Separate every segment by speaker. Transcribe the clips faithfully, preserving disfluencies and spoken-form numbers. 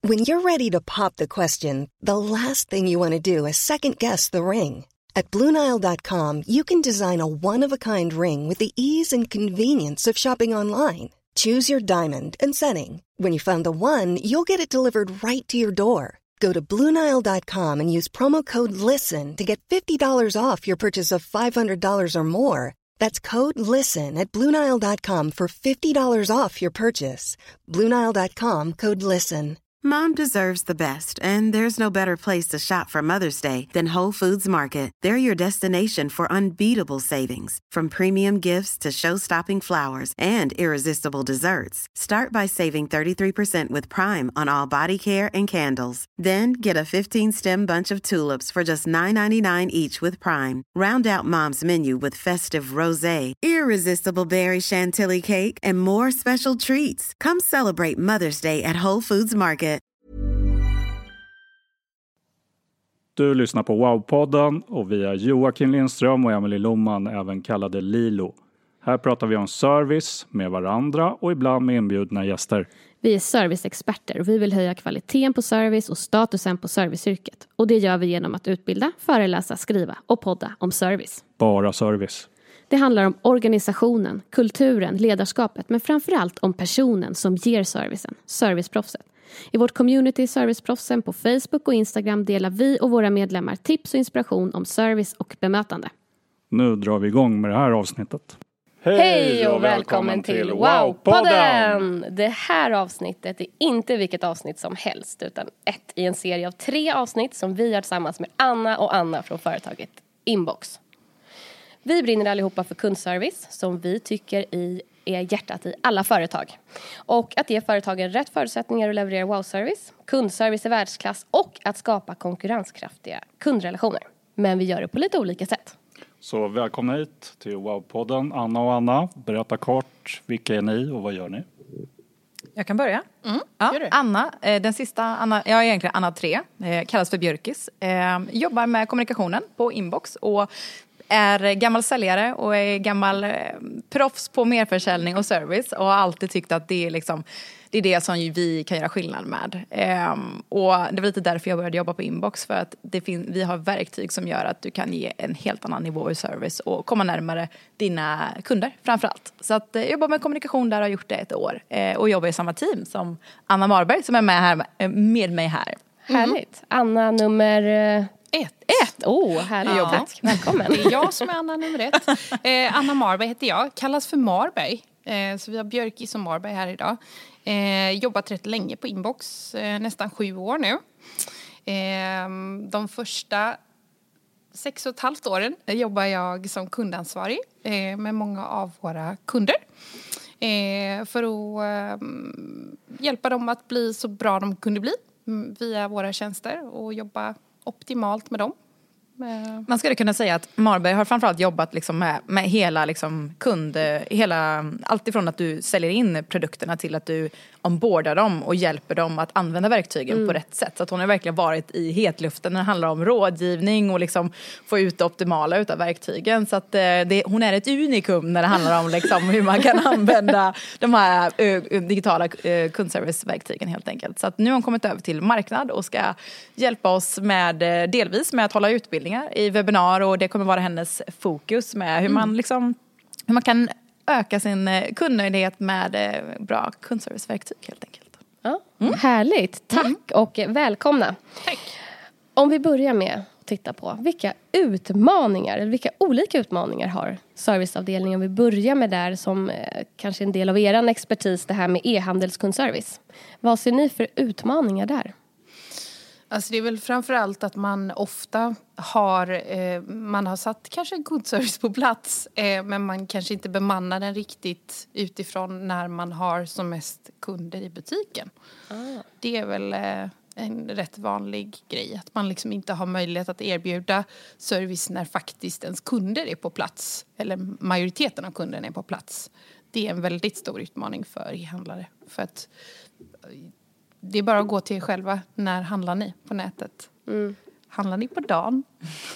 Speaker 1: When you're ready to pop the question, the last thing you want to do is second-guess the ring. At Blue Nile dot com, you can design a one-of-a-kind ring with the ease and convenience of shopping online. Choose your diamond and setting. When you find the one, you'll get it delivered right to your door. Go to Blue Nile dot com and use promo code LISTEN to get fifty dollars off your purchase of five hundred dollars or more. That's code LISTEN at Blue Nile dot com for fifty dollars off your purchase. Blue Nile dot com, code LISTEN.
Speaker 2: Mom deserves the best, and there's no better place to shop for Mother's Day than Whole Foods Market. They're your destination for unbeatable savings, from premium gifts to show-stopping flowers and irresistible desserts. Start by saving thirty-three percent with Prime on all body care and candles. Then get a fifteen-stem bunch of tulips for just nine ninety-nine each with Prime. Round out Mom's menu with festive rosé, irresistible berry chantilly cake, and more special treats. Come celebrate Mother's Day at Whole Foods Market.
Speaker 3: Du lyssnar på Wow-podden och vi är Joakim Lindström och Emily Lohman, även kallade Lilo. Här pratar vi om service med varandra och ibland med inbjudna gäster.
Speaker 4: Vi är serviceexperter och vi vill höja kvaliteten på service och statusen på serviceyrket. Och det gör vi genom att utbilda, föreläsa, skriva och podda om service.
Speaker 3: Bara service.
Speaker 4: Det handlar om organisationen, kulturen, ledarskapet, men framförallt om personen som ger servicen, serviceproffset. I vårt community Serviceproffsen på Facebook och Instagram delar vi och våra medlemmar tips och inspiration om service och bemötande.
Speaker 3: Nu drar vi igång med det här avsnittet.
Speaker 5: Hej och välkommen till Wow-podden! Det här avsnittet är inte vilket avsnitt som helst, utan ett i en serie av tre avsnitt som vi gör tillsammans med Anna och Anna från företaget Inbox. Vi brinner allihopa för kundservice som vi tycker i är hjärtat i alla företag. Och att ge företagen rätt förutsättningar att leverera wow-service, kundservice i världsklass och att skapa konkurrenskraftiga kundrelationer. Men vi gör det på lite olika sätt.
Speaker 3: Så välkomna hit till Wow-podden, Anna och Anna. Berätta kort, vilka är ni och vad gör ni?
Speaker 6: Jag kan börja.
Speaker 5: Mm,
Speaker 6: ja, Anna, den sista, Anna, jag är egentligen Anna tre, kallas för Björkis. Jobbar med kommunikationen på Inbox och är gammal säljare och är gammal eh, proffs på merförsäljning och service och har alltid tyckt att det är liksom det är det som vi kan göra skillnad med. Ehm, och det var lite därför jag började jobba på Inbox, för att det fin- vi har verktyg som gör att du kan ge en helt annan nivå i service och komma närmare dina kunder framförallt. Så att eh, jobba med kommunikation där har gjort det ett år eh, och jobbar i samma team som Anna Marberg som är med, här, med mig här.
Speaker 5: Mm. Härligt. Anna nummer eh,
Speaker 7: ett.
Speaker 5: Ett, oh, härligt.
Speaker 7: Ja.
Speaker 5: Tack. Välkommen.
Speaker 7: Det är jag som är Anna nummer ett. Eh, Anna Marberg heter jag, kallas för Marberg. Eh, så vi har Björkis som Marberg här idag. Eh, jobbat rätt länge på Inbox, eh, nästan sju år nu. Eh, de första sex och ett halvt åren jobbar jag som kundansvarig eh, med många av våra kunder. Eh, för att eh, hjälpa dem att bli så bra de kunde bli via våra tjänster och jobba optimalt med dem.
Speaker 6: Man skulle kunna säga att Marberg har framförallt jobbat liksom med, med hela liksom kund, hela, allt ifrån att du säljer in produkterna till att du ombordar dem och hjälper dem att använda verktygen mm. på rätt sätt. Så att hon har verkligen varit i hetluften när det handlar om rådgivning och liksom få ut det optimala utav verktygen. Så att det, hon är ett unikum när det handlar om liksom hur man kan använda de här uh, digitala uh, kundserviceverktygen helt enkelt. Så att nu har hon kommit över till marknad och ska hjälpa oss med delvis med att hålla utbildningar i webbinar, och det kommer vara hennes fokus med hur man liksom hur man kan öka sin kundnöjdhet med bra kundserviceverktyg helt enkelt.
Speaker 5: Ja, mm. Härligt. Tack mm. och välkomna.
Speaker 7: Tack.
Speaker 5: Om vi börjar med att titta på vilka utmaningar, eller vilka olika utmaningar har serviceavdelningen. Vi börjar med där som eh, kanske en del av er expertis, det här med e-handelskundservice. Vad ser ni för utmaningar där?
Speaker 7: Alltså det är väl framförallt att man ofta har, eh, man har satt kanske en kundservice på plats, eh, men man kanske inte bemannar den riktigt utifrån när man har som mest kunder i butiken. Ah. Det är väl eh, en rätt vanlig grej, att man liksom inte har möjlighet att erbjuda service när faktiskt ens kunder är på plats, eller majoriteten av kunderna är på plats. Det är en väldigt stor utmaning för e-handlare, för att det är bara att gå till er själva. När handlar ni på nätet? Mm. Handlar ni på dagen?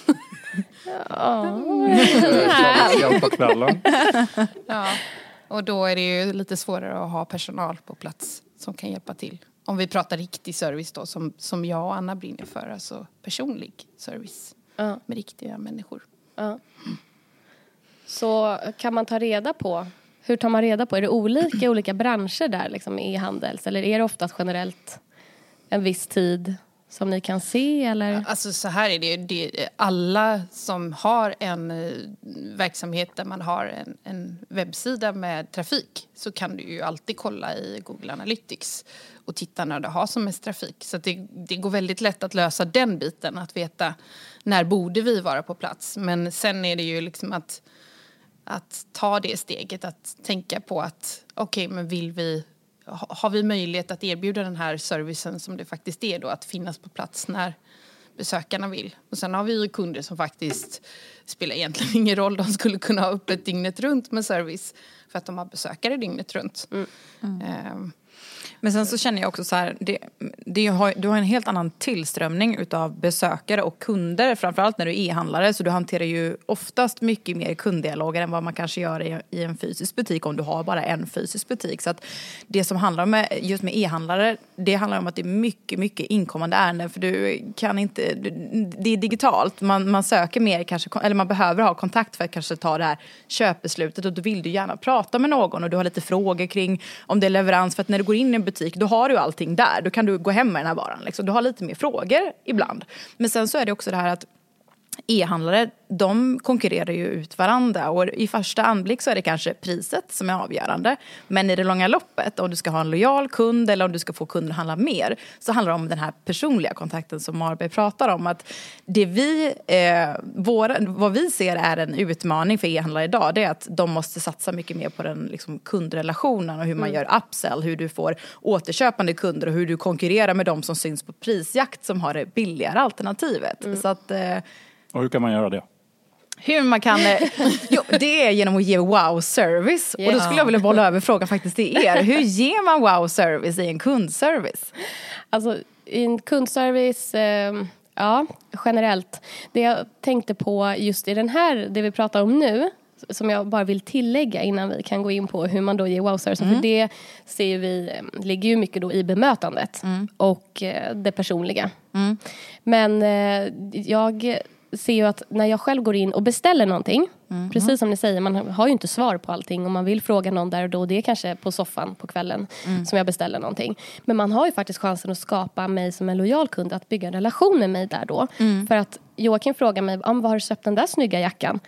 Speaker 5: Ja.
Speaker 3: Speciellt på kvällen.
Speaker 7: Ja. Och då är det ju lite svårare att ha personal på plats som kan hjälpa till om vi pratar riktig service då, som, som jag och Anna brinner för, alltså personlig service
Speaker 5: ja.
Speaker 7: med riktiga människor.
Speaker 5: Ja. Så kan man ta reda på, hur tar man reda på, är det olika i olika branscher där liksom i e-handels, eller är det oftast generellt en viss tid som ni kan se, eller?
Speaker 7: Alltså så här är det, det alla som har en eh, verksamhet där man har en, en webbsida med trafik, så kan du ju alltid kolla i Google Analytics och titta när det har som mest trafik. Så det, det går väldigt lätt att lösa den biten, att veta när borde vi vara på plats. Men sen är det ju liksom att, att ta det steget, att tänka på att okej, okay, men vill vi, har vi möjlighet att erbjuda den här servicen som det faktiskt är då, att finnas på plats när besökarna vill. Och sen har vi ju kunder som faktiskt spelar egentligen ingen roll, de skulle kunna ha öppet dygnet runt med service för att de har besökare dygnet runt.
Speaker 5: Mm.
Speaker 7: Mm. Um,
Speaker 6: Men sen så känner jag också så här, det, det har, du har en helt annan tillströmning utav besökare och kunder, framförallt när du är e-handlare, så du hanterar ju oftast mycket mer kunddialoger än vad man kanske gör i, i en fysisk butik om du har bara en fysisk butik. Så att det som handlar om med, just med e-handlare, det handlar om att det är mycket, mycket inkommande ärenden, för du kan inte, det är digitalt, man, man söker mer kanske, eller man behöver ha kontakt för att kanske ta det här köpbeslutet, och då vill du gärna prata med någon och du har lite frågor kring om det är leverans, för att när du går in i en butik, då har du allting där. Då kan du gå hem med den här varan. Liksom. Du har lite mer frågor ibland. Men sen så är det också det här att e-handlare, de konkurrerar ju ut varandra, och i första anblick så är det kanske priset som är avgörande, men i det långa loppet, om du ska ha en lojal kund eller om du ska få kunden att handla mer, så handlar det om den här personliga kontakten som Marberg pratar om, att det vi eh, våra, vad vi ser är en utmaning för e-handlare idag, det är att de måste satsa mycket mer på den liksom, kundrelationen och hur man mm. gör upsell, hur du får återköpande kunder och hur du konkurrerar med de som syns på prisjakt som har det billigare alternativet. Mm. Så att eh,
Speaker 3: och hur kan man göra det?
Speaker 6: Hur man kan... Jo, det är genom att ge wow-service. Yeah. Och då skulle jag vilja bolla över frågan faktiskt till er. Hur ger man wow-service i en kundservice?
Speaker 5: Alltså, i en kundservice... Eh, ja, generellt. Det jag tänkte på just i den här, det vi pratar om nu, som jag bara vill tillägga innan vi kan gå in på hur man då ger wow-service. Mm. För det ser vi, ligger ju mycket då i bemötandet mm. och eh, det personliga. Mm. Men eh, jag... ser ju att när jag själv går in och beställer någonting, mm. precis som ni säger, man har ju inte svar på allting och man vill fråga någon där och då, det är kanske på soffan på kvällen mm. som jag beställer någonting. Men man har ju faktiskt chansen att skapa mig som en lojal kund, att bygga en relation med mig där då. Mm. För att Joakim frågar mig, ah, vad har du köpt den där snygga jackan?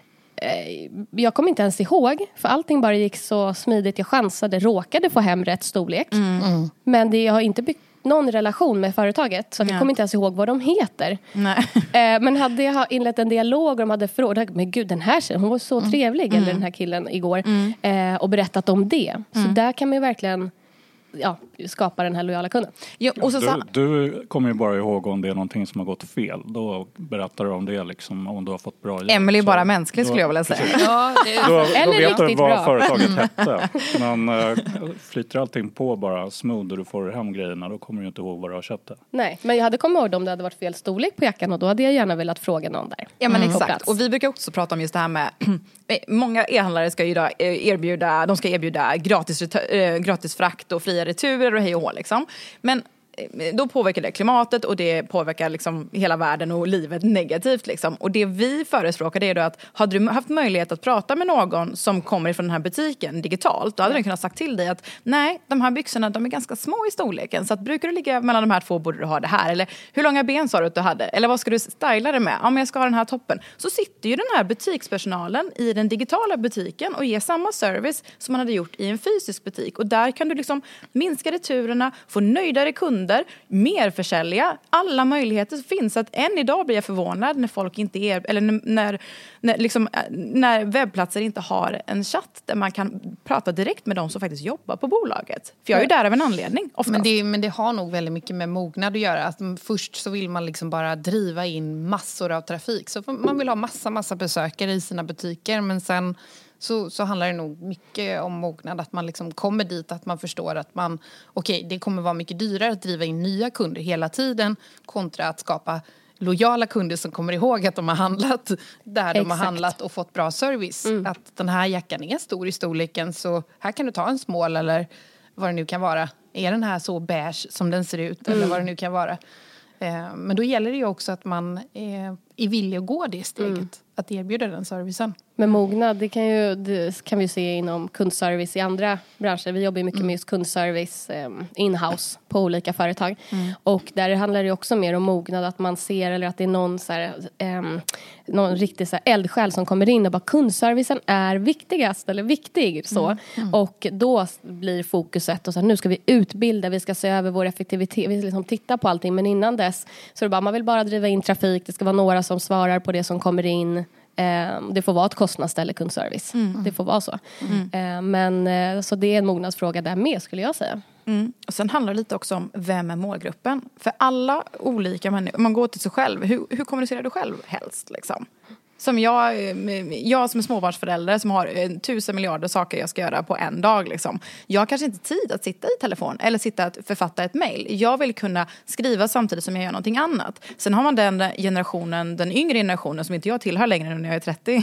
Speaker 5: Eh, jag kommer inte ens ihåg, för allting bara gick så smidigt, jag chansade, råkade få hem rätt storlek. Mm. Mm. Men det, jag har inte byggt någon relation med företaget, så att jag kommer inte ens ihåg vad de heter. Nej. Eh, men hade jag inlett en dialog och de hade frågat, men gud, den här tjejen, hon var så trevlig, mm. eller den här killen igår, mm. eh, och berättat om det. Mm. Så där kan man ju verkligen ja, skapa den här lojala kunden.
Speaker 6: Ja, och så
Speaker 3: du, du kommer ju bara ihåg om det är någonting som har gått fel. Då berättar du om det, liksom, om du har fått bra hjälp.
Speaker 6: Emily är bara mänsklig, skulle jag vilja säga.
Speaker 7: Ja, det är...
Speaker 3: Då, då
Speaker 5: Eller
Speaker 3: vet du vad
Speaker 5: bra.
Speaker 3: företaget hette. Men äh, flyter allting på bara smooth och du får hem grejerna, då kommer du inte ihåg vad du har köpt det.
Speaker 5: Nej, men jag hade kommit ihåg om det hade varit fel storlek på jackan, och då hade jag gärna velat fråga någon där.
Speaker 6: Ja, men mm. exakt. Och vi brukar också prata om just det här med många e-handlare ska ju då erbjuda, de ska erbjuda gratis, äh, gratis frakt och fria returer och hej och hå, liksom. Men då påverkar det klimatet och det påverkar liksom hela världen och livet negativt liksom. Och det vi förespråkar, det är då att hade du haft möjlighet att prata med någon som kommer ifrån den här butiken digitalt, då hade den kunnat sagt till dig att nej, de här byxorna, de är ganska små i storleken, så att brukar du ligga mellan de här två borde du ha det här, eller hur långa ben sa du att du hade, eller vad ska du styla det med? Ja, men jag ska ha den här toppen. Så sitter ju den här butikspersonalen i den digitala butiken och ger samma service som man hade gjort i en fysisk butik, och där kan du liksom minska returerna, få nöjdare kunder, mer försälja, alla möjligheter finns. Att än idag blir jag förvånad när folk inte är, eller när, när, liksom, när webbplatser inte har en chatt där man kan prata direkt med de som faktiskt jobbar på bolaget. För jag är ju där av en anledning oftast.
Speaker 7: Men det, men det har nog väldigt mycket med mognad att göra. Att först så vill man liksom bara driva in massor av trafik. Så man vill ha massa, massa besökare i sina butiker, men sen Så, så handlar det nog mycket om mognad, att man liksom kommer dit, att man förstår att man, okej, okay, det kommer vara mycket dyrare att driva in nya kunder hela tiden kontra att skapa lojala kunder som kommer ihåg att de har handlat där Exakt. de har handlat och fått bra service. Mm. Att den här jackan är stor i storleken, så här kan du ta en small eller vad det nu kan vara. är den här så beige som den ser ut mm. eller vad det nu kan vara. Eh, men då gäller det ju också att man eh, är villig att gå det steget. Mm. Att erbjuda den servicen.
Speaker 5: Men mognad, det kan, ju, det kan vi se inom kundservice i andra branscher. Vi jobbar ju mycket mm. med just kundservice eh, in-house på olika företag. Mm. Och där handlar det också mer om mognad. Att man ser eller att det är någon, så här, eh, någon riktig så här, eldsjäl som kommer in och bara kundservicen är viktigast eller viktig. Så. Mm. Mm. Och då blir fokuset och så här, nu ska vi utbilda, vi ska se över vår effektivitet. Vi ska liksom titta på allting. Men innan dess så är det bara, man vill bara driva in trafik. Det ska vara några som svarar på det som kommer in. Det får vara ett kostnadsställe kundservice. Mm. Det får vara så. Mm. Men så det är en mognadsfråga där med, skulle jag säga.
Speaker 6: Mm. Och sen handlar det lite också om vem är målgruppen. För alla olika människor, man går till sig själv. Hur, hur kommunicerar du själv helst liksom? Som jag, jag som är småbarnsförälder som har tusen miljarder saker jag ska göra på en dag. Liksom. Jag har kanske inte tid att sitta i telefon eller sitta att författa ett mejl. Jag vill kunna skriva samtidigt som jag gör någonting annat. Sen har man den generationen, den yngre generationen som inte jag tillhör längre när jag är trettio,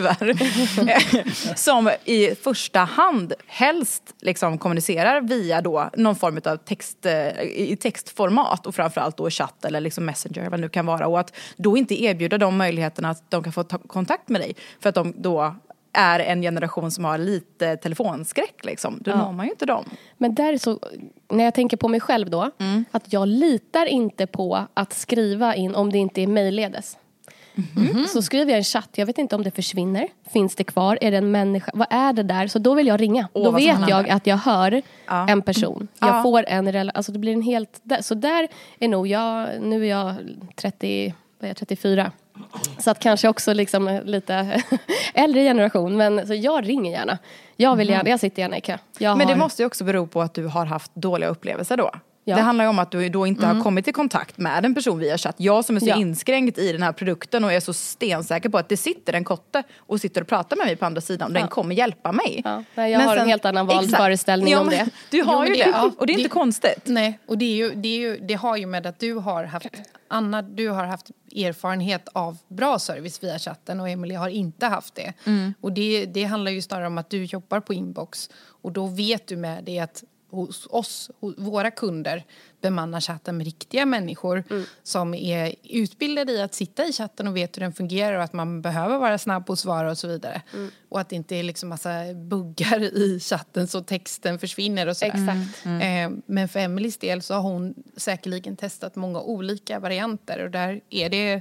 Speaker 6: tyvärr. Som i första hand helst liksom kommunicerar via då någon form av text, i textformat och framförallt då chatt eller liksom messenger, vad det nu kan vara. Och att då inte erbjuda de möjligheterna att de kan få ta kontakt med dig. För att de då är en generation som har lite telefonskräck liksom. Då ja. når man ju inte dem.
Speaker 5: Men där är så, när jag tänker på mig själv då, mm. att jag litar inte på att skriva in om det inte är mejlledes. Mm-hmm. Så skriver jag en chatt, jag vet inte om det försvinner. Finns det kvar? Är det en människa? Vad är det där? Så då vill jag ringa. Åh, då vet jag att jag hör ja. en person. Jag ja. får en relation. Alltså det blir en helt... Så där är nog jag... Nu är jag trettio, vad är jag, trettiofyra. Så att kanske också liksom lite äldre generation. Men så jag ringer gärna. Jag vill gärna, jag sitter gärna i kö. Jag
Speaker 6: men det
Speaker 5: har...
Speaker 6: måste ju också bero på att du har haft dåliga upplevelser då.
Speaker 5: Ja.
Speaker 6: Det handlar ju om att du då inte mm. har kommit i kontakt med en person via chatt. Jag som är så ja. inskränkt i den här produkten och är så stensäker på att det sitter en kotte och sitter och pratar med mig på andra sidan. Ja. Den kommer hjälpa mig.
Speaker 5: Ja. Nej, jag men har sen, en helt annan vald exakt. föreställning ja, om det.
Speaker 6: Du har
Speaker 7: jo,
Speaker 6: ju det, det. Och det är det, inte konstigt.
Speaker 7: Nej, och det, är ju, det, är ju, det har ju med att du har haft Anna, du har haft erfarenhet av bra service via chatten och Emily har inte haft det. Mm. Och det, det handlar ju snarare om att du jobbar på inbox och då vet du med det att hos oss, hos våra kunder bemannar chatten med riktiga människor mm. som är utbildade i att sitta i chatten och vet hur den fungerar och att man behöver vara snabb på att svara och så vidare. Mm. Och att det inte är liksom massa buggar i chatten så texten försvinner och sådär.
Speaker 5: Exakt.
Speaker 7: Mm. Eh, men för Emelies del så har hon säkerligen testat många olika varianter och där är det...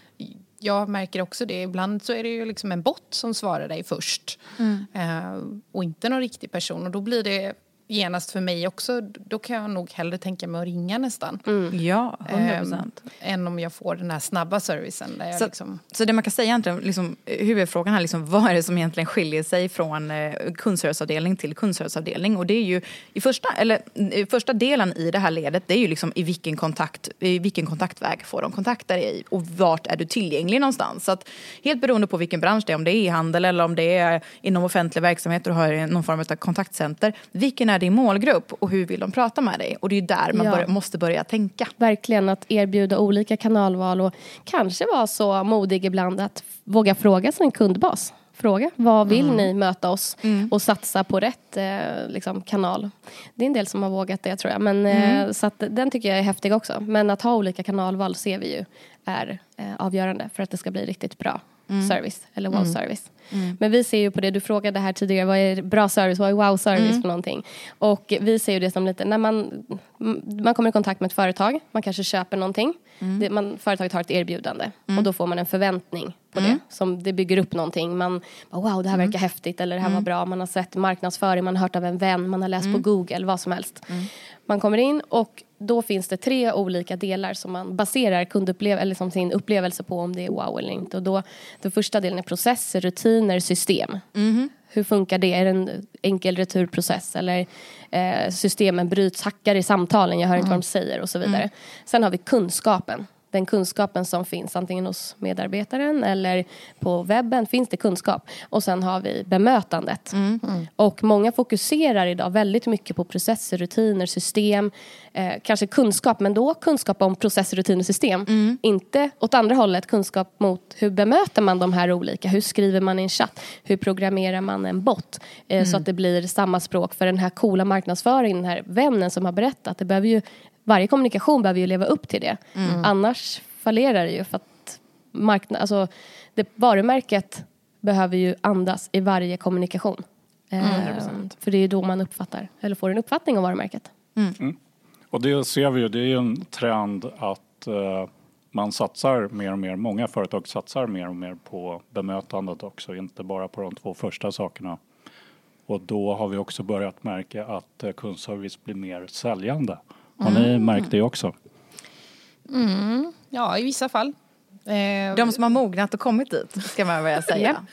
Speaker 7: Jag märker också det. Ibland så är det ju liksom en bot som svarar dig först. Mm. Eh, och inte någon riktig person. Och då blir det genast för mig också. Då kan jag nog hellre tänka mig att ringa nästan.
Speaker 6: Mm. Ja, hundra procent.
Speaker 7: Eh, än om jag får den här snabba servicen. Där jag
Speaker 6: så,
Speaker 7: liksom...
Speaker 6: så det man kan säga egentligen, liksom, huvudfrågan här, liksom, vad är det som egentligen skiljer sig från eh, kundserviceavdelning till kundserviceavdelning? Och det är ju i första, eller, i första delen i det här ledet, det är ju liksom i vilken, kontakt, i vilken kontaktväg får de kontakta dig och vart är du tillgänglig någonstans. Så att helt beroende på vilken bransch det är, om det är i handel eller om det är inom offentlig verksamhet och har någon form av kontaktcenter, vilken är din målgrupp och hur vill de prata med dig? Och det är ju där man ja. börja, måste börja tänka.
Speaker 5: Verkligen att erbjuda olika kanalval och kanske vara så modig ibland att våga fråga sin kundbas. Fråga, vad vill mm. ni möta oss mm. och satsa på rätt eh, liksom, kanal. Det är en del som har vågat det tror jag. Men, mm. eh, så att, den tycker jag är häftig också. Men att ha olika kanalval ser vi ju är eh, avgörande för att det ska bli riktigt bra mm. service eller wow mm. service. Mm. Men vi ser ju på det, du frågade här tidigare, vad är bra service, vad är wow service mm. för någonting? Och vi ser ju det som lite, när man, man kommer i kontakt med ett företag, man kanske köper någonting, mm. det, man, företaget har ett erbjudande mm. och då får man en förväntning på mm. det, som det bygger upp någonting. Man, wow, det här verkar mm. häftigt eller det här mm. var bra, man har sett marknadsföring, man har hört av en vän, man har läst mm. på Google, vad som helst. Mm. Man kommer in och då finns det tre olika delar som man baserar kundupplev- eller som sin upplevelse på om det är wow eller inte. Och då, den första delen är processer, rutiner, system. Mm. Hur funkar det? Är det en enkel returprocess? Eller eh, systemen bryts, hackar i samtalen, jag hör inte mm. vad de säger och så vidare. Mm. Sen har vi kunskapen. den kunskapen som finns antingen hos medarbetaren eller på webben finns det kunskap. Och sen har vi bemötandet. Mm. Mm. Och många fokuserar idag väldigt mycket på processer, rutiner, system. Eh, kanske kunskap, men då kunskap om processer, rutiner, system. Mm. Inte åt andra hållet kunskap mot hur bemöter man de här olika. Hur skriver man i en chatt? Hur programmerar man en bot? Eh, mm. Så att det blir samma språk för den här coola marknadsföringen, den här vännen som har berättat. Det behöver ju, varje kommunikation behöver ju leva upp till det. Mm. Annars fallerar det ju för att marknad, alltså det, varumärket behöver ju andas i varje kommunikation. Mm. Eh, för det är ju då man uppfattar, eller får en uppfattning om varumärket.
Speaker 3: Mm. Mm. Och det ser vi ju, det är ju en trend att eh, man satsar mer och mer, många företag satsar mer och mer på bemötandet också, inte bara på de två första sakerna. Och då har vi också börjat märka att eh, kundservice blir mer säljande. Har mm. ni märkt det också?
Speaker 7: Mm. Ja, i vissa fall.
Speaker 6: Eh, De som har mognat och kommit dit, ska man väl säga.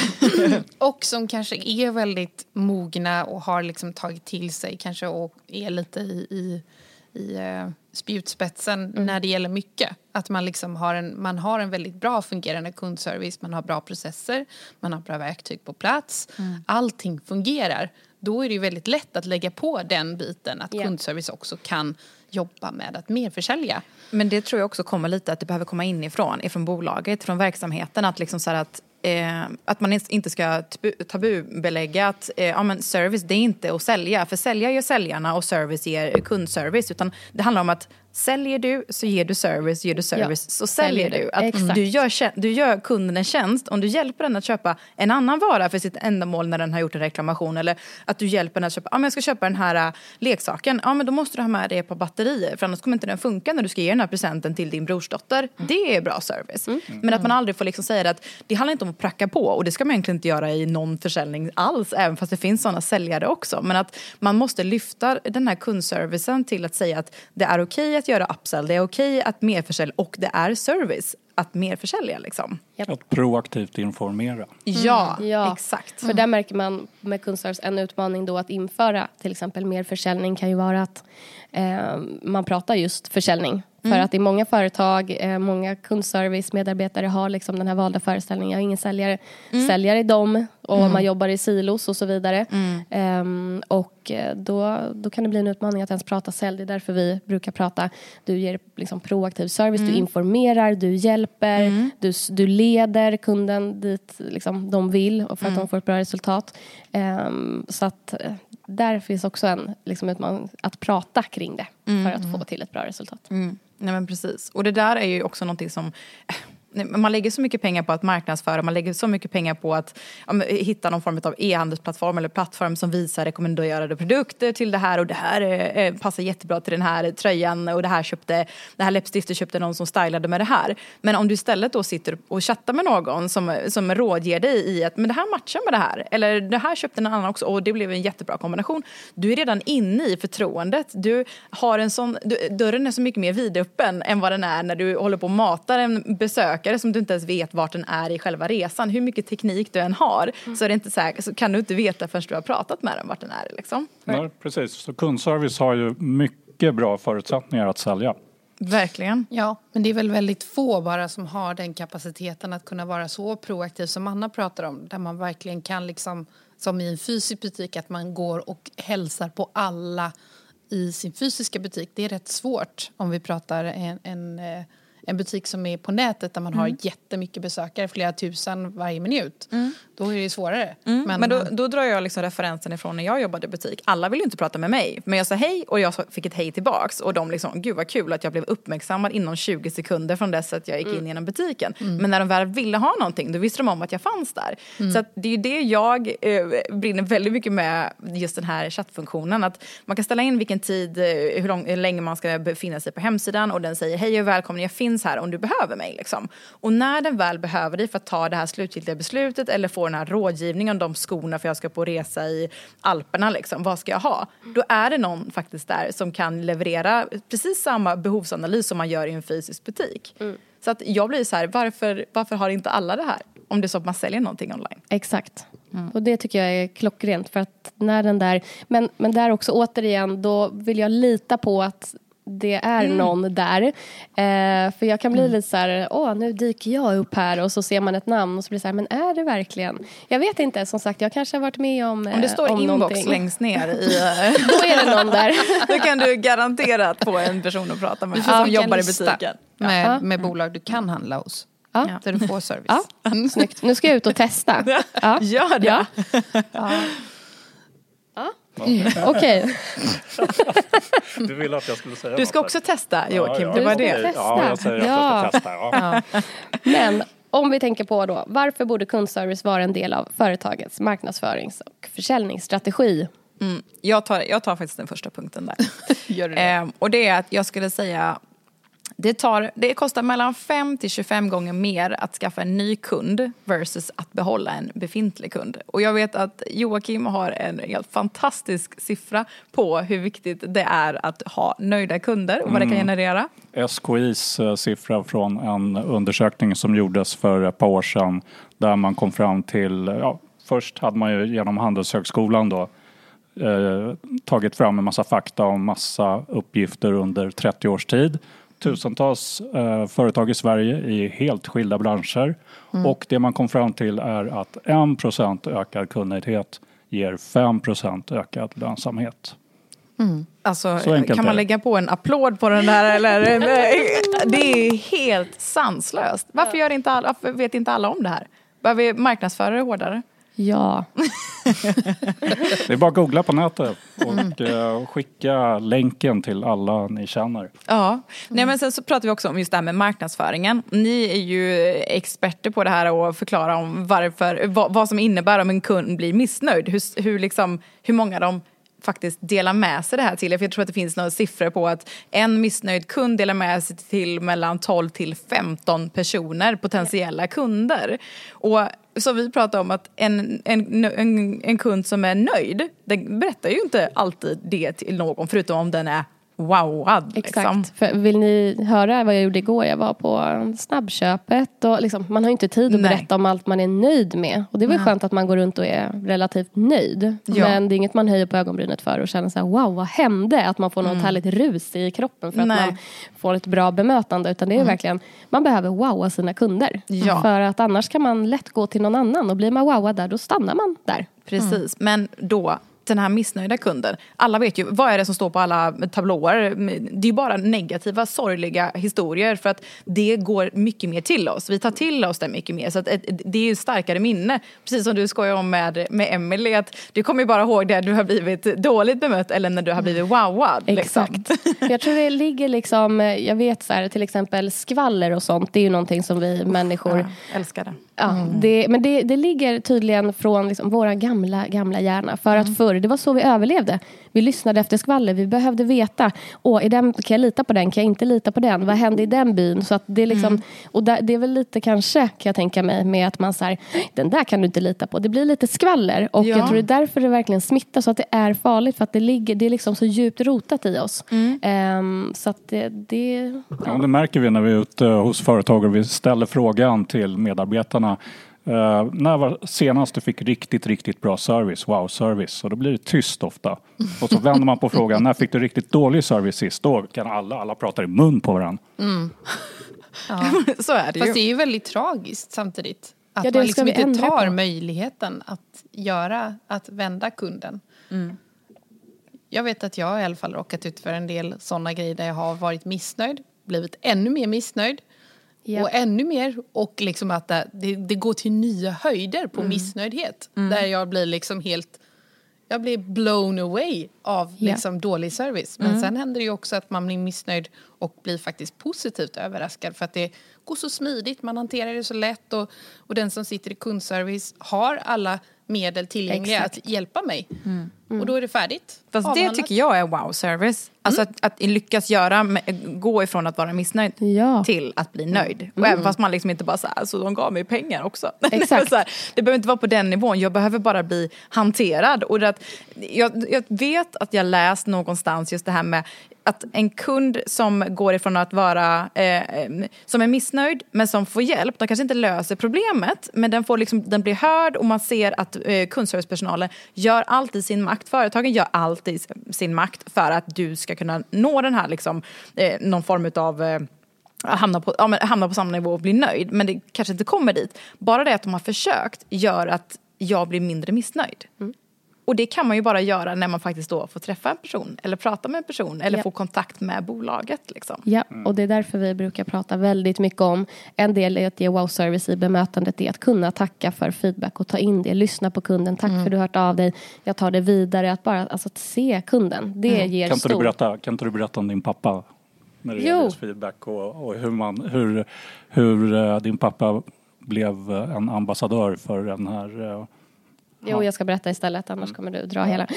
Speaker 7: Och som kanske är väldigt mogna och har liksom tagit till sig kanske och är lite i, i, i uh, spjutspetsen mm. när det gäller mycket. Att man liksom har en, man har en väldigt bra fungerande kundservice, man har bra processer, man har bra verktyg på plats. Mm. Allting fungerar. Då är det ju väldigt lätt att lägga på den biten att yeah. kundservice också kan jobba med att mer försälja.
Speaker 6: Men det tror jag också kommer lite att det behöver komma inifrån, ifrån bolaget, från verksamheten, att liksom så här att Eh, att man inte ska tabu, tabubelägga att eh, ja, men service det är inte att sälja, för sälja gör säljarna och service ger kundservice, utan det handlar om att säljer du så ger du service, ger du service ja, så säljer du. Att du gör, du gör kunden en tjänst om du hjälper den att köpa en annan vara för sitt ändamål när den har gjort en reklamation, eller att du hjälper den att köpa, ja men jag ska köpa den här uh, leksaken, ja men då måste du ha med det på batterier för annars kommer inte den funka när du ska ge den här presenten till din brorsdotter. Mm. Det är bra service. Mm. Mm. Men att man aldrig får liksom säga att det handlar inte om att pracka på, och det ska man egentligen inte göra i någon försäljning alls, även fast det finns sådana säljare också, men att man måste lyfta den här kundservicen till att säga att det är okej att göra upsell, det är okej att merförsälja och det är service att merförsälja liksom.
Speaker 3: Yep. Att proaktivt informera.
Speaker 6: Mm. Ja, ja, exakt.
Speaker 5: För där märker man med kundservice en utmaning då att införa till exempel merförsäljning kan ju vara att eh, man pratar just försäljning. Mm. För att i många företag, eh, många kundservice-medarbetare har liksom den här valda föreställningen. Jag är ingen säljare. Mm. Säljare är de och mm. man jobbar i silos och så vidare. Mm. Um, och då, då kan det bli en utmaning att ens prata sälj. Det är därför vi brukar prata. Du ger liksom proaktiv service, mm. du informerar, du hjälper, mm. du, du leder kunden dit liksom, de vill och för mm. att de får ett bra resultat. Um, så att där finns också en liksom, utmaning att prata kring det för mm. att få till ett bra resultat.
Speaker 6: Mm. Nej men precis. Och det där är ju också någonting som man lägger så mycket pengar på att marknadsföra, man lägger så mycket pengar på att ja, hitta någon form av e-handelsplattform eller plattform som visar rekommenderade produkter till det här, och det här eh, passar jättebra till den här tröjan, och det här köpte, det här läppstiftet köpte någon som stylade med det här. Men om du istället då sitter och chattar med någon som, som rådger dig i att men det här matchar med det här, eller det här köpte en annan också och det blev en jättebra kombination. Du är redan inne i förtroendet. Du har en sån, du, dörren är så mycket mer vidöppen än vad den är när du håller på och matar en besök som du inte ens vet vart den är i själva resan. Hur mycket teknik du än har mm. så är det inte säkert, så kan du inte veta förrän du har pratat med den vart den är liksom.
Speaker 3: Ja, precis. Så kundservice har ju mycket bra förutsättningar att sälja.
Speaker 6: Verkligen.
Speaker 7: Ja, men det är väl väldigt få bara som har den kapaciteten att kunna vara så proaktiv som Anna pratar om, där man verkligen kan liksom, som i en fysisk butik, att man går och hälsar på alla i sin fysiska butik. Det är rätt svårt om vi pratar en, en en butik som är på nätet där man mm. har jättemycket besökare, flera tusen varje minut. Mm. Då är det svårare.
Speaker 6: Mm. Men, men då, då drar jag liksom referensen ifrån när jag jobbade i butik. Alla ville ju inte prata med mig. Men jag sa hej och jag fick ett hej tillbaks. Och de liksom, gud vad kul att jag blev uppmärksammad inom tjugo sekunder från dess att jag gick mm. in genom butiken. Mm. Men när de väl ville ha någonting, då visste de om att jag fanns där. Mm. Så att det är ju det jag eh, brinner väldigt mycket med, just den här chattfunktionen. Att man kan ställa in vilken tid, hur, lång, hur länge man ska befinna sig på hemsidan. Och den säger, hej och välkommen, jag finns här om du behöver mig liksom. Och när den väl behöver dig för att ta det här slutgiltiga beslutet eller få den här rådgivningen om de skorna för jag ska på resa i Alperna liksom, vad ska jag ha? Då är det någon faktiskt där som kan leverera precis samma behovsanalys som man gör i en fysisk butik. Mm. Så att jag blir så här, varför, varför har inte alla det här? Om det är så att man säljer någonting online.
Speaker 5: Exakt. Mm. Och det tycker jag är klockrent, för att när den där, men, men där också återigen, då vill jag lita på att det är
Speaker 6: Mm.
Speaker 5: någon där. Eh, för jag kan bli lite så här, åh nu dyker jag upp här och så ser man ett namn och så blir det så här, men är det verkligen? Jag vet inte, som sagt, jag kanske har varit med om eh,
Speaker 6: Om det står
Speaker 5: om
Speaker 6: inbox
Speaker 5: någonting.
Speaker 6: längst ner i...
Speaker 5: Då är det någon där.
Speaker 6: Då kan du garanterat få en person att prata med
Speaker 7: Du får
Speaker 6: som
Speaker 7: skicka en
Speaker 6: jobbar i
Speaker 7: lista
Speaker 6: butiken.
Speaker 7: Med,
Speaker 5: Ja.
Speaker 7: med bolag du kan handla hos.
Speaker 5: Ja.
Speaker 7: Där du får service.
Speaker 5: Ja, snyggt. Nu ska jag ut och testa. Ja.
Speaker 6: Gör det.
Speaker 5: Ja. Okej.
Speaker 3: Du ville att jag skulle säga
Speaker 6: Du ska
Speaker 3: något
Speaker 6: också
Speaker 3: där.
Speaker 6: testa, Joakim.
Speaker 3: Ja,
Speaker 6: Det
Speaker 3: ja,
Speaker 6: var
Speaker 3: okej.
Speaker 6: det.
Speaker 3: Ja, jag säger att
Speaker 5: Ja.
Speaker 3: jag ska testa. Ja.
Speaker 6: Ja.
Speaker 5: Men om vi tänker på då, varför borde kundservice vara en del av företagets marknadsförings- och försäljningsstrategi?
Speaker 6: Mm. Jag, tar, jag tar faktiskt den första punkten där.
Speaker 7: Gör du det?
Speaker 6: Ehm, och det är att jag skulle säga det, tar, det kostar mellan fem till tjugofem gånger mer att skaffa en ny kund versus att behålla en befintlig kund. Och jag vet att Joakim har en helt fantastisk siffra på hur viktigt det är att ha nöjda kunder och vad det kan generera.
Speaker 3: S K I:s eh, siffra från en undersökning som gjordes för ett par år sedan där man kom fram till, ja, först hade man ju genom Handelshögskolan då eh, tagit fram en massa fakta och massa uppgifter under trettio års tid. Tusentals eh, företag i Sverige i helt skilda branscher. Mm. Och det man kom fram till är att en procent ökad kundnöjdhet ger fem procent ökad lönsamhet.
Speaker 6: Mm. Alltså,
Speaker 3: Så enkelt
Speaker 6: kan
Speaker 3: är
Speaker 6: man
Speaker 3: det.
Speaker 6: lägga på en applåd på den där? Eller? Det är helt sanslöst. Varför, gör inte alla, varför vet inte alla om det här? Behöver vi marknadsföra det hårdare?
Speaker 5: Ja.
Speaker 3: Det är bara att googla på nätet och eh, skicka länken till alla ni känner.
Speaker 6: Ja, nej, men sen så pratar vi också om just det här med marknadsföringen. Ni är ju experter på det här och förklara om varför, vad, vad som innebär om en kund blir missnöjd. Hur, hur, liksom, hur många de faktiskt delar med sig det här till. För jag tror att det finns några siffror på att en missnöjd kund delar med sig till mellan tolv till femton personer, potentiella kunder. Och så vi pratar om att en, en, en, en kund som är nöjd, den berättar ju inte alltid det till någon, förutom om den är wowad.
Speaker 5: Exakt.
Speaker 6: Liksom.
Speaker 5: För vill ni höra vad jag gjorde igår? Jag var på snabbköpet och liksom, man har ju inte tid att
Speaker 6: Nej.
Speaker 5: berätta om allt man är nöjd med. Och det är väl skönt att man går runt och är relativt nöjd.
Speaker 6: Ja.
Speaker 5: Men det är inget man höjer på ögonbrynet för och känner så här, wow, vad hände? Att man får något härligt rus i kroppen för att
Speaker 6: Nej.
Speaker 5: man får ett bra bemötande. Utan det är verkligen, man behöver wowa sina kunder.
Speaker 6: Ja.
Speaker 5: För att annars kan man lätt gå till någon annan och blir man wowad där, då stannar man där.
Speaker 6: Precis, men då den här missnöjda kunden. Alla vet ju, vad är det som står på alla tablåer? Det är ju bara negativa, sorgliga historier för att det går mycket mer till oss. Vi tar till oss det mycket mer. Så att det är ju starkare minne. Precis som du skojar om med, med Emily, att du kommer ju bara ihåg det du har blivit dåligt bemött eller när du har blivit wowad.
Speaker 5: Exakt.
Speaker 6: Liksom.
Speaker 5: Jag tror det ligger liksom, jag vet så här, till exempel skvaller och sånt, det är ju någonting som vi människor...
Speaker 6: Ja, älskar det.
Speaker 5: Ja, det, men det, det ligger tydligen från liksom våra gamla, gamla hjärna. För att förr, det var så vi överlevde. Vi lyssnade efter skvaller, vi behövde veta. Åh, är den, kan jag lita på den? Kan jag inte lita på den? Vad hände i den byn? Så att det är liksom, mm. och där, det är väl lite kanske, kan jag tänka mig, med att man säger, den där kan du inte lita på. Det blir lite skvaller. Och
Speaker 6: ja.
Speaker 5: jag tror det är därför det verkligen smittar, så att det är farligt. För att det ligger, det är liksom så djupt rotat i oss. Mm. Um, så att det... det ja.
Speaker 3: Ja, det märker vi när vi är ute hos företag och vi ställer frågan till medarbetarna. Uh, när var senast du fick riktigt, riktigt bra service, wow-service? Och då blir det tyst ofta. Och så vänder man på frågan, när fick du riktigt dålig service sist? Då kan alla, alla prata i mun på varandra.
Speaker 7: Mm. Ja.
Speaker 6: Så är det ju.
Speaker 7: Fast det är ju väldigt tragiskt samtidigt. Att
Speaker 5: Ja, det
Speaker 7: man
Speaker 5: ska
Speaker 7: liksom
Speaker 5: vi
Speaker 7: inte
Speaker 5: ändra
Speaker 7: tar
Speaker 5: på.
Speaker 7: möjligheten att göra, att vända kunden.
Speaker 6: Mm.
Speaker 7: Jag vet att jag har i alla fall råkat ut för en del sådana grejer där jag har varit missnöjd. Blivit ännu mer missnöjd.
Speaker 5: Ja.
Speaker 7: Och ännu mer. Och liksom att det, det går till nya höjder på mm. missnöjdhet. Mm. Där jag blir liksom helt... Jag blir blown away av liksom
Speaker 5: ja.
Speaker 7: dålig service. Men
Speaker 6: Mm.
Speaker 7: sen händer det ju också att man blir missnöjd och blir faktiskt positivt överraskad. För att det går så smidigt, man hanterar det så lätt. Och, och den som sitter i kundservice har alla medel tillgängliga
Speaker 5: Exakt.
Speaker 7: att hjälpa mig.
Speaker 6: Mm.
Speaker 7: Mm. Och då är det färdigt.
Speaker 6: Fast det
Speaker 7: Avhandlat.
Speaker 6: tycker jag är wow-service. Alltså att, att lyckas göra, gå ifrån att vara missnöjd
Speaker 5: Ja.
Speaker 6: till att bli nöjd. Och
Speaker 5: Mm.
Speaker 6: även fast man liksom inte bara så här, så de gav mig pengar också.
Speaker 5: Exakt.
Speaker 6: så här, det behöver inte vara på den nivån. Jag behöver bara bli hanterad. Och det att, jag, jag vet att jag läst någonstans just det här med att en kund som går ifrån att vara eh, som är missnöjd men som får hjälp, de kanske inte löser problemet, men den, får liksom, den blir hörd och man ser att eh, kundservicepersonalen gör allt i sin makt, företagen gör allt i sin makt för att du ska kunna nå den här liksom, eh, någon form av eh, hamna på, ja, men, hamna på samma nivå och bli nöjd, men det kanske inte kommer dit. Bara det att de har försökt gör att jag blir mindre missnöjd. Mm. Och det kan man ju bara göra när man faktiskt då får träffa en person eller prata med en person eller ja. få kontakt med bolaget. Liksom.
Speaker 5: Ja, och det är därför vi brukar prata väldigt mycket om en del i att ge wow-service i bemötandet är att kunna tacka för feedback och ta in det, lyssna på kunden. Tack mm. för att du har hört av dig, jag tar det vidare. Att bara alltså, att se kunden, det mm. ger
Speaker 3: kan inte
Speaker 5: stor...
Speaker 3: Du berätta, kan inte du berätta om din pappa när det gäller feedback och, och hur, man, hur, hur uh, din pappa blev en ambassadör för den här... Uh,
Speaker 5: Jo, jag ska berätta istället, annars kommer du dra hela.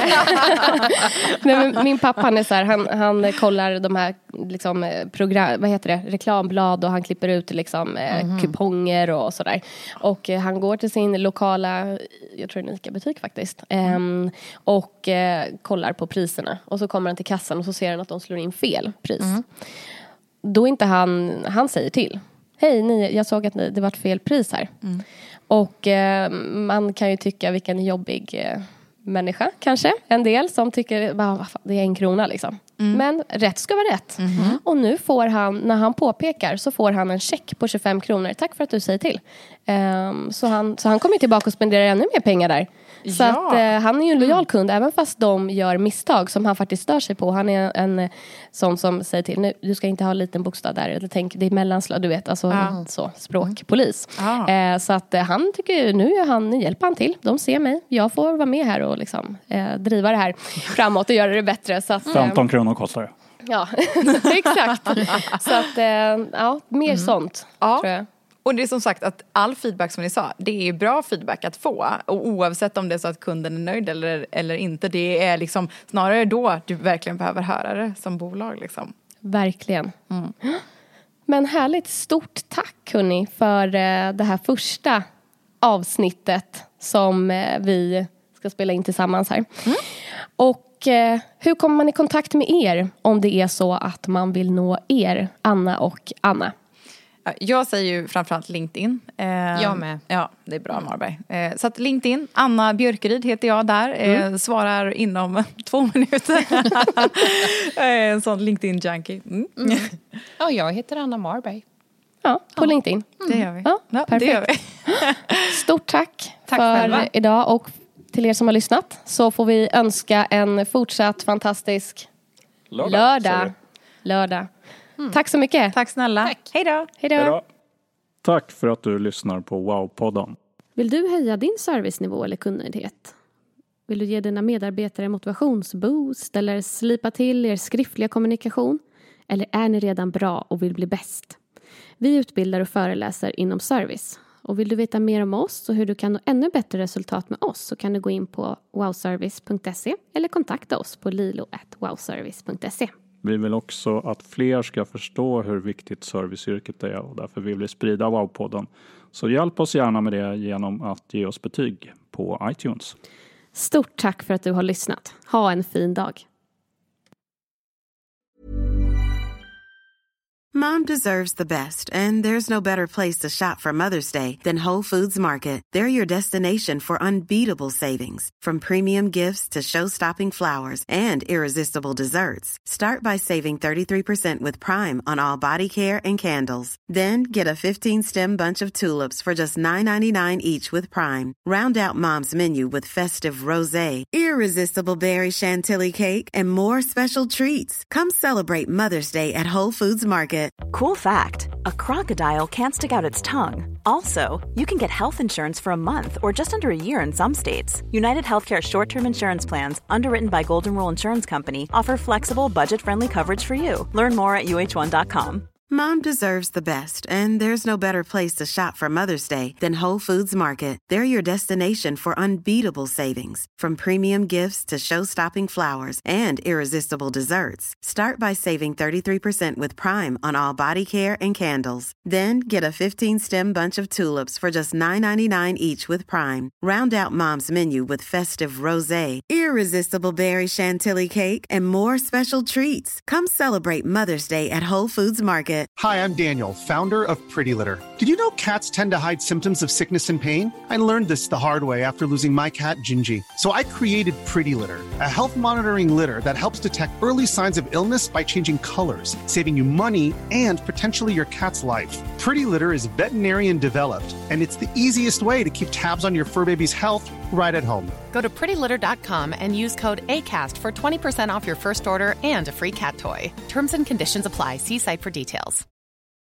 Speaker 5: Nej, men min pappa han är så här, han, han kollar de här liksom, program, vad heter det, reklamblad och han klipper ut liksom, mm. kuponger och sådär. Och eh, han går till sin lokala, jag tror en ICA-butik faktiskt, mm. eh, och eh, kollar på priserna. Och så kommer han till kassan och så ser han att de slår in fel pris. Mm. Då inte han, han säger till. Hej, ni, jag såg att ni, det var ett fel pris här. Mm. Och eh, man kan ju tycka vilken jobbig eh, människa kanske. En del som tycker bah, det är en krona liksom. Mm. Men rätt ska vara rätt. Mm. Och nu får han, när han påpekar så får han en check på tjugofem kronor. Tack för att du säger till. Um, så, han, så han kommer tillbaka och spenderar ännu mer pengar där. Så ja. att, uh, han är ju en lojal kund mm. även fast de gör misstag som han faktiskt stör sig på. Han är en, en sån som säger till, nu, du ska inte ha en liten bokstav där. Eller tänk, det är mellanslag, du vet. Alltså mm. så, språkpolis. Mm. Uh, så att uh, han tycker, nu, är han, nu hjälper han till. De ser mig. Jag får vara med här och liksom, uh, driva det här framåt och göra det bättre. Så att, uh,
Speaker 3: femton kronor kostar det.
Speaker 5: Ja, exakt. Så att, uh, ja, mer mm. sånt
Speaker 6: ja.
Speaker 5: tror jag.
Speaker 6: Och det är som sagt att all feedback som ni sa, det är bra feedback att få. Och oavsett om det är så att kunden är nöjd eller, eller inte. Det är liksom snarare då du verkligen behöver höra det som bolag. Liksom.
Speaker 5: Verkligen. Mm. Men härligt, stort tack hörni för uh, det här första avsnittet som uh, vi ska spela in tillsammans här. Mm. Och uh, hur kommer man i kontakt med er om det är så att man vill nå er, Anna och Anna?
Speaker 6: Jag säger ju framförallt LinkedIn. Eh,
Speaker 7: jag med.
Speaker 6: Ja, det är bra Marberg. Eh, så att LinkedIn, Anna Björkeryd heter jag där. Mm. Eh, svarar inom två minuter. En sån LinkedIn-junkie. Mm.
Speaker 7: Mm. Ja, jag heter Anna Marberg.
Speaker 5: Ja, på ja. LinkedIn.
Speaker 6: Mm. Det gör vi.
Speaker 5: Ja,
Speaker 6: ja,
Speaker 5: perfekt.
Speaker 6: Det gör vi.
Speaker 5: Stort tack,
Speaker 7: tack
Speaker 5: för
Speaker 7: själva.
Speaker 5: Idag och till er som har lyssnat. Så får vi önska en fortsatt fantastisk lördag. Lördag. lördag. Mm. Tack så mycket.
Speaker 6: Tack snälla.
Speaker 5: Tack.
Speaker 6: Hej då.
Speaker 5: Hej då.
Speaker 3: Tack för att du lyssnar på Wow-podden.
Speaker 4: Vill du höja din servicenivå eller kundnöjdhet? Vill du ge dina medarbetare motivationsboost eller slipa till er skriftliga kommunikation? Eller är ni redan bra och vill bli bäst? Vi utbildar och föreläser inom service. Och vill du veta mer om oss och hur du kan nå ännu bättre resultat med oss så kan du gå in på wowservice punkt se eller kontakta oss på lilo at wowservice punkt se.
Speaker 3: Vi vill också att fler ska förstå hur viktigt serviceyrket är och därför vill vi sprida Wow-podden. Så hjälp oss gärna med det genom att ge oss betyg på iTunes.
Speaker 4: Stort tack för att du har lyssnat. Ha en fin dag.
Speaker 2: Mom deserves the best, and there's no better place to shop for Mother's Day than Whole Foods Market. They're your destination for unbeatable savings, from premium gifts to show-stopping flowers and irresistible desserts. Start by saving thirty-three percent with Prime on all body care and candles. Then get a fifteen-stem bunch of tulips for just nine ninety-nine each with Prime. Round out Mom's menu with festive rosé, irresistible berry chantilly cake, and more special treats. Come celebrate Mother's Day at Whole Foods Market.
Speaker 8: Cool fact, a crocodile can't stick out its tongue. Also, you can get health insurance for a month or just under a year in some states. United Healthcare short-term insurance plans, underwritten by Golden Rule Insurance Company, offer flexible, budget-friendly coverage for you. Learn more at U H one dot com.
Speaker 2: Mom deserves the best, and there's no better place to shop for Mother's Day than Whole Foods Market. They're your destination for unbeatable savings, from premium gifts to show-stopping flowers and irresistible desserts. Start by saving thirty-three percent with Prime on all body care and candles. Then get a fifteen-stem bunch of tulips for just nine ninety-nine each with Prime. Round out Mom's menu with festive rosé, irresistible berry chantilly cake, and more special treats. Come celebrate Mother's Day at Whole Foods Market.
Speaker 9: Hi, I'm Daniel, founder of Pretty Litter. Did you know cats tend to hide symptoms of sickness and pain? I learned this the hard way after losing my cat, Gingy. So I created Pretty Litter, a health monitoring litter that helps detect early signs of illness by changing colors, saving you money and potentially your cat's life. Pretty Litter is veterinarian developed, and it's the easiest way to keep tabs on your fur baby's health right at home.
Speaker 10: Go to pretty litter dot com and use code ACAST for twenty percent off your first order and a free cat toy. Terms and conditions apply. See site for details.